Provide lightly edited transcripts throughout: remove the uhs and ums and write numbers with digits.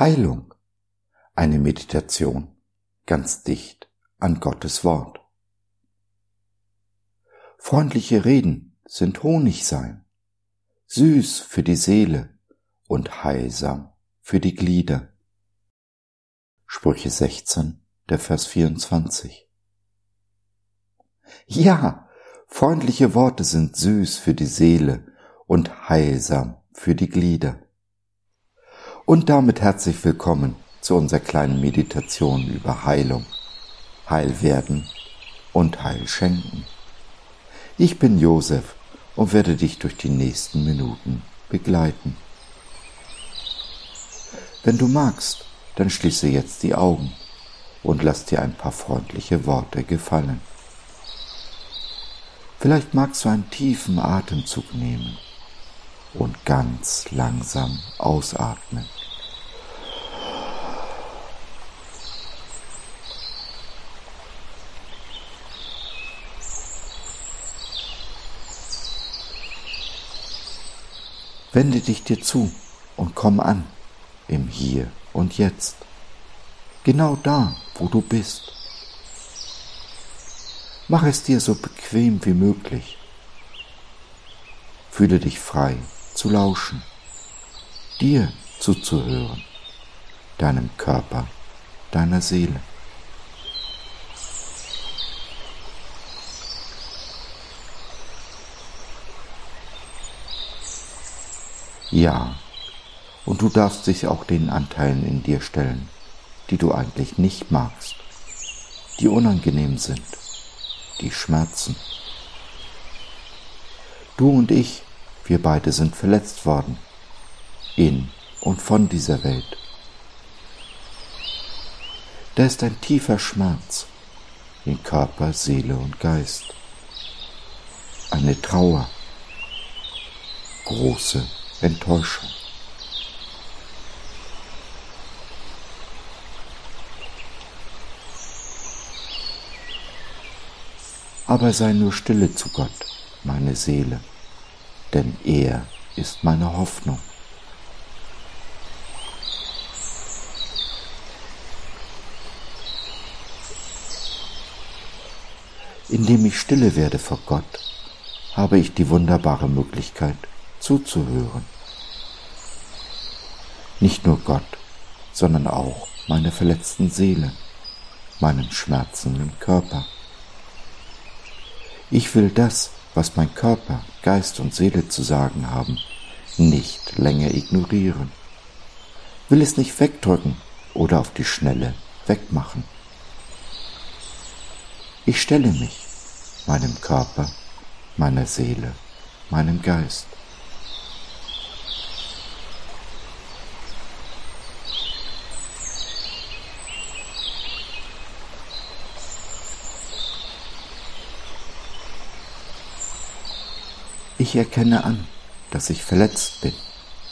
Heilung, eine Meditation ganz dicht an Gottes Wort. Freundliche Reden sind Honigsein, süß für die Seele und heilsam für die Glieder. Sprüche 16, der Vers 24. Ja, freundliche Worte sind süß für die Seele und heilsam für die Glieder. Und damit herzlich willkommen zu unserer kleinen Meditation über Heilung, Heilwerden und Heilschenken. Ich bin Josef und werde dich durch die nächsten Minuten begleiten. Wenn du magst, dann schließe jetzt die Augen und lass dir ein paar freundliche Worte gefallen. Vielleicht magst du einen tiefen Atemzug nehmen und ganz langsam ausatmen. Wende dich dir zu und komm an im Hier und Jetzt, genau da, wo du bist. Mach es dir so bequem wie möglich. Fühle dich frei zu lauschen, dir zuzuhören, deinem Körper, deiner Seele. Ja, und du darfst dich auch den Anteilen in dir stellen, die du eigentlich nicht magst, die unangenehm sind, die schmerzen. Du und ich, wir beide sind verletzt worden, in und von dieser Welt. Da ist ein tiefer Schmerz in Körper, Seele und Geist. Eine Trauer, große Enttäuschung. Aber sei nur stille zu Gott, meine Seele, denn er ist meine Hoffnung. Indem ich stille werde vor Gott, habe ich die wunderbare Möglichkeit, zuzuhören. Nicht nur Gott, sondern auch meine verletzten Seele, meinen schmerzenden Körper. Ich will das, was mein Körper, Geist und Seele zu sagen haben, nicht länger ignorieren, will es nicht wegdrücken oder auf die Schnelle wegmachen. Ich stelle mich meinem Körper, meiner Seele, meinem Geist. Ich erkenne an, dass ich verletzt bin.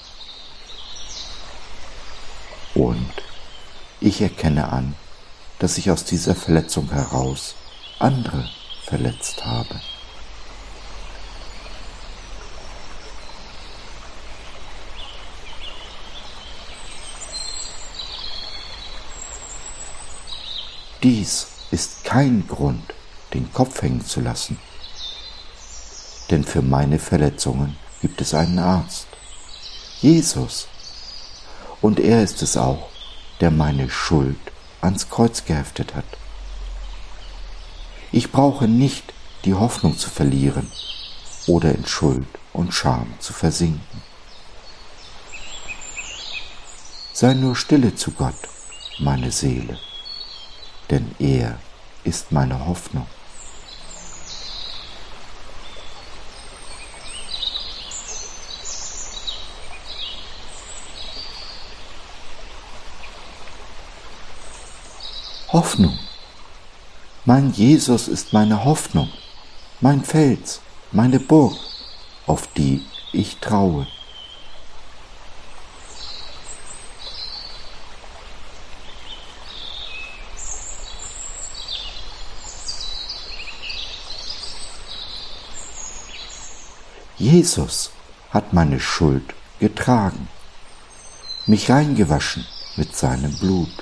Und ich erkenne an, dass ich aus dieser Verletzung heraus andere verletzt habe. Dies ist kein Grund, den Kopf hängen zu lassen. Denn für meine Verletzungen gibt es einen Arzt, Jesus. Und er ist es auch, der meine Schuld ans Kreuz geheftet hat. Ich brauche nicht die Hoffnung zu verlieren oder in Schuld und Scham zu versinken. Sei nur stille zu Gott, meine Seele, denn er ist meine Hoffnung. Hoffnung. Mein Jesus ist meine Hoffnung, mein Fels, meine Burg, auf die ich traue. Jesus hat meine Schuld getragen, mich reingewaschen mit seinem Blut.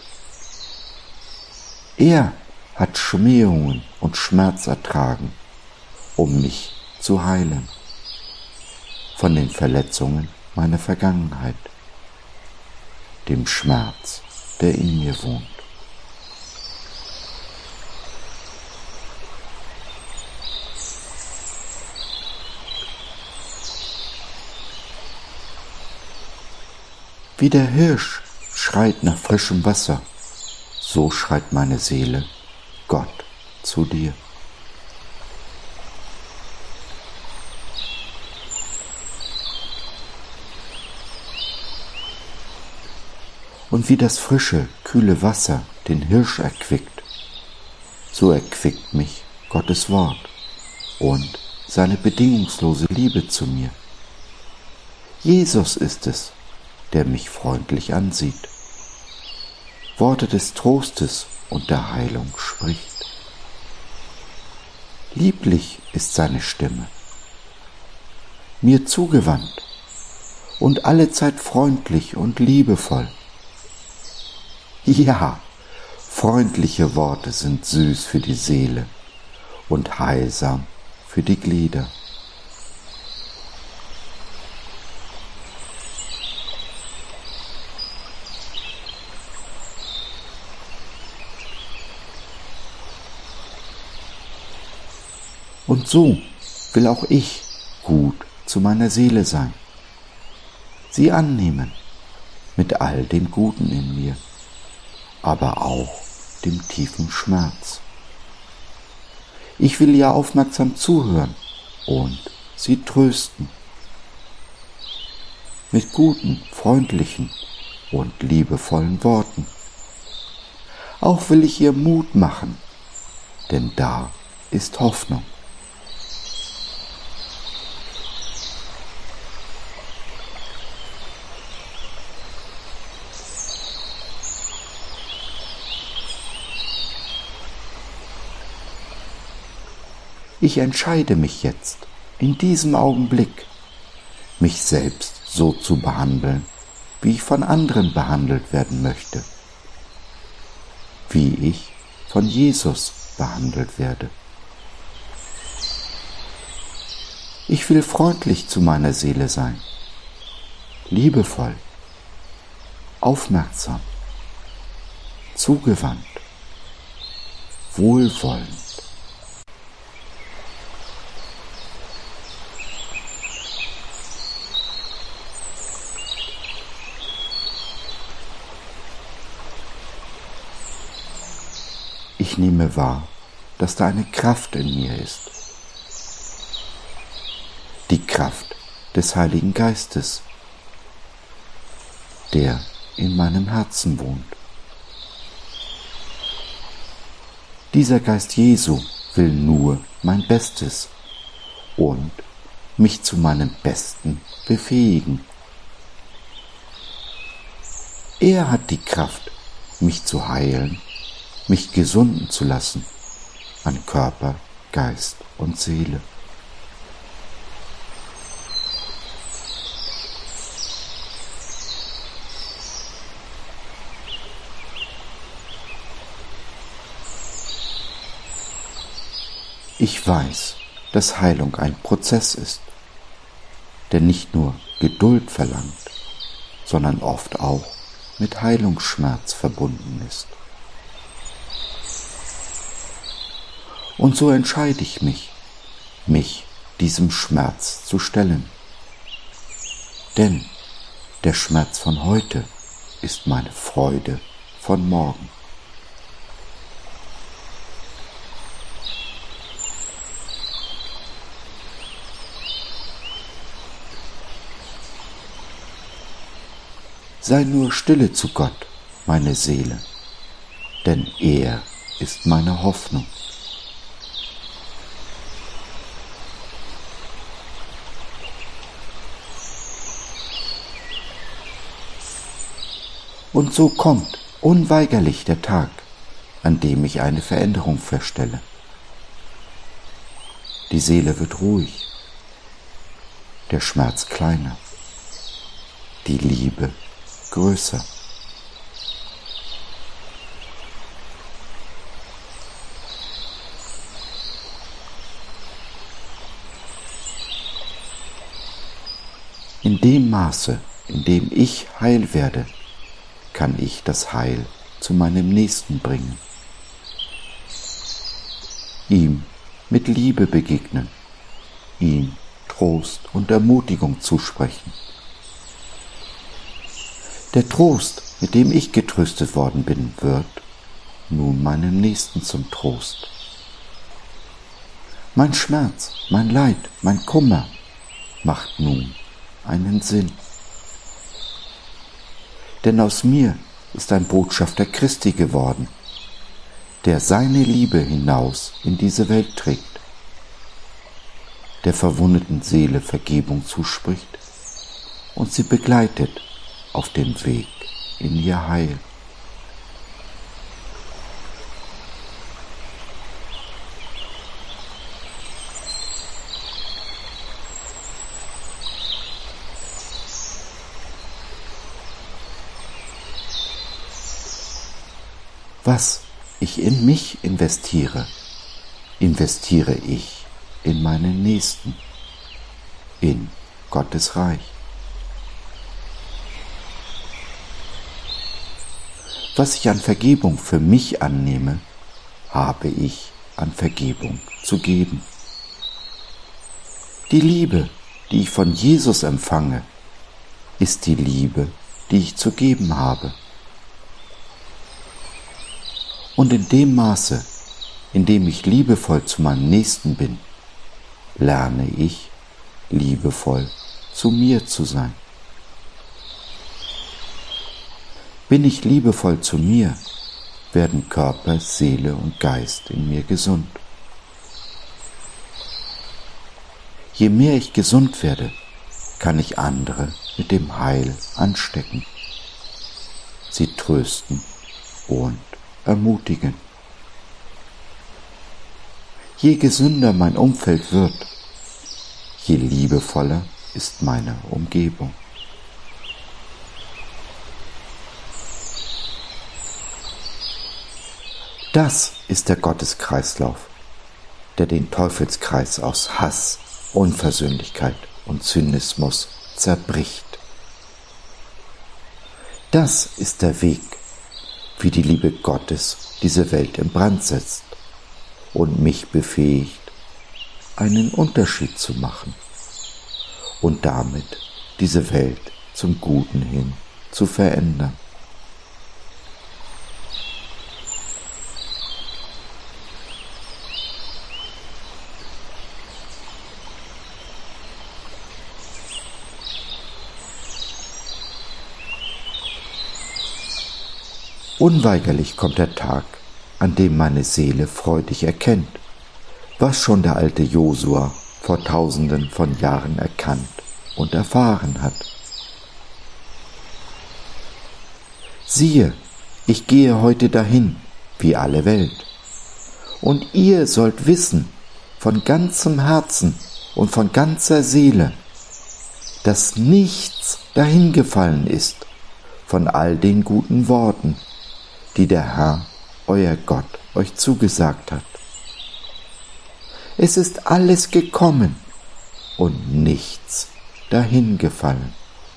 Er hat Schmähungen und Schmerz ertragen, um mich zu heilen von den Verletzungen meiner Vergangenheit, dem Schmerz, der in mir wohnt. Wie der Hirsch schreit nach frischem Wasser, so schreit meine Seele, Gott, zu dir. Und wie das frische, kühle Wasser den Hirsch erquickt, so erquickt mich Gottes Wort und seine bedingungslose Liebe zu mir. Jesus ist es, der mich freundlich ansieht, Worte des Trostes und der Heilung spricht. Lieblich ist seine Stimme, mir zugewandt und allezeit freundlich und liebevoll. Ja, freundliche Worte sind süß für die Seele und heilsam für die Glieder. Und so will auch ich gut zu meiner Seele sein, sie annehmen mit all dem Guten in mir, aber auch dem tiefen Schmerz. Ich will ihr aufmerksam zuhören und sie trösten mit guten, freundlichen und liebevollen Worten. Auch will ich ihr Mut machen, denn da ist Hoffnung. Ich entscheide mich jetzt, in diesem Augenblick, mich selbst so zu behandeln, wie ich von anderen behandelt werden möchte, wie ich von Jesus behandelt werde. Ich will freundlich zu meiner Seele sein, liebevoll, aufmerksam, zugewandt, wohlwollend. Ich nehme wahr, dass da eine Kraft in mir ist. Die Kraft des Heiligen Geistes, der in meinem Herzen wohnt. Dieser Geist Jesu will nur mein Bestes und mich zu meinem Besten befähigen. Er hat die Kraft, mich zu heilen, mich gesunden zu lassen an Körper, Geist und Seele. Ich weiß, dass Heilung ein Prozess ist, der nicht nur Geduld verlangt, sondern oft auch mit Heilungsschmerz verbunden ist. Und so entscheide ich mich, mich diesem Schmerz zu stellen. Denn der Schmerz von heute ist meine Freude von morgen. Sei nur stille zu Gott, meine Seele, denn er ist meine Hoffnung. Und so kommt unweigerlich der Tag, an dem ich eine Veränderung feststelle. Die Seele wird ruhig, der Schmerz kleiner, die Liebe größer. In dem Maße, in dem ich heil werde, kann ich das Heil zu meinem Nächsten bringen. Ihm mit Liebe begegnen, ihm Trost und Ermutigung zusprechen. Der Trost, mit dem ich getröstet worden bin, wird nun meinem Nächsten zum Trost. Mein Schmerz, mein Leid, mein Kummer macht nun einen Sinn. Denn aus mir ist ein Botschafter Christi geworden, der seine Liebe hinaus in diese Welt trägt, der verwundeten Seele Vergebung zuspricht und sie begleitet auf dem Weg in ihr Heil. Was ich in mich investiere, investiere ich in meinen Nächsten, in Gottes Reich. Was ich an Vergebung für mich annehme, habe ich an Vergebung zu geben. Die Liebe, die ich von Jesus empfange, ist die Liebe, die ich zu geben habe. Und in dem Maße, in dem ich liebevoll zu meinem Nächsten bin, lerne ich, liebevoll zu mir zu sein. Bin ich liebevoll zu mir, werden Körper, Seele und Geist in mir gesund. Je mehr ich gesund werde, kann ich andere mit dem Heil anstecken, sie trösten und ermutigen. Je gesünder mein Umfeld wird, je liebevoller ist meine Umgebung. Das ist der Gotteskreislauf, der den Teufelskreis aus Hass, Unversöhnlichkeit und Zynismus zerbricht. Das ist der Weg, wie die Liebe Gottes diese Welt in Brand setzt und mich befähigt, einen Unterschied zu machen und damit diese Welt zum Guten hin zu verändern. Unweigerlich kommt der Tag, an dem meine Seele freudig erkennt, was schon der alte Josua vor Tausenden von Jahren erkannt und erfahren hat. Siehe, ich gehe heute dahin, wie alle Welt, und ihr sollt wissen, von ganzem Herzen und von ganzer Seele, dass nichts dahingefallen ist von all den guten Worten, die der Herr, euer Gott, euch zugesagt hat. Es ist alles gekommen und nichts dahingefallen.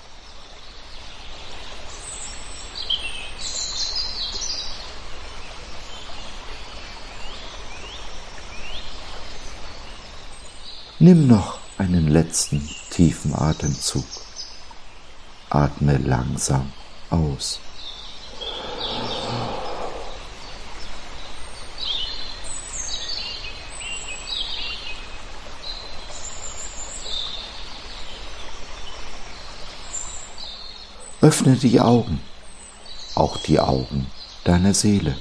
Nimm noch einen letzten tiefen Atemzug. Atme langsam aus. Öffne die Augen, auch die Augen deiner Seele.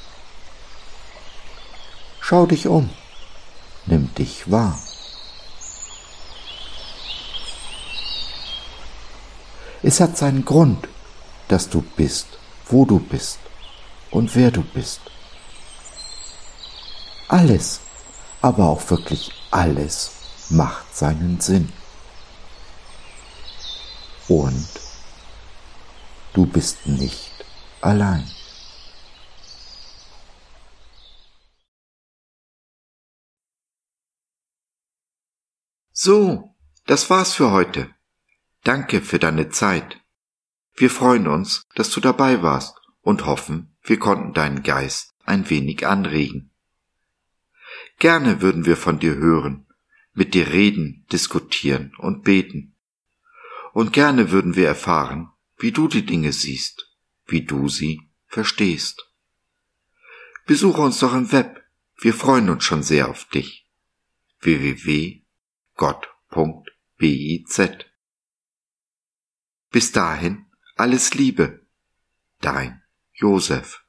Schau dich um, nimm dich wahr. Es hat seinen Grund, dass du bist, wo du bist und wer du bist. Alles, aber auch wirklich alles macht seinen Sinn. Und du bist nicht allein. So, das war's für heute. Danke für deine Zeit. Wir freuen uns, dass du dabei warst und hoffen, wir konnten deinen Geist ein wenig anregen. Gerne würden wir von dir hören, mit dir reden, diskutieren und beten. Und gerne würden wir erfahren, wie du die Dinge siehst, wie du sie verstehst. Besuche uns doch im Web, wir freuen uns schon sehr auf dich. www.gott.biz. Bis dahin, alles Liebe, dein Josef.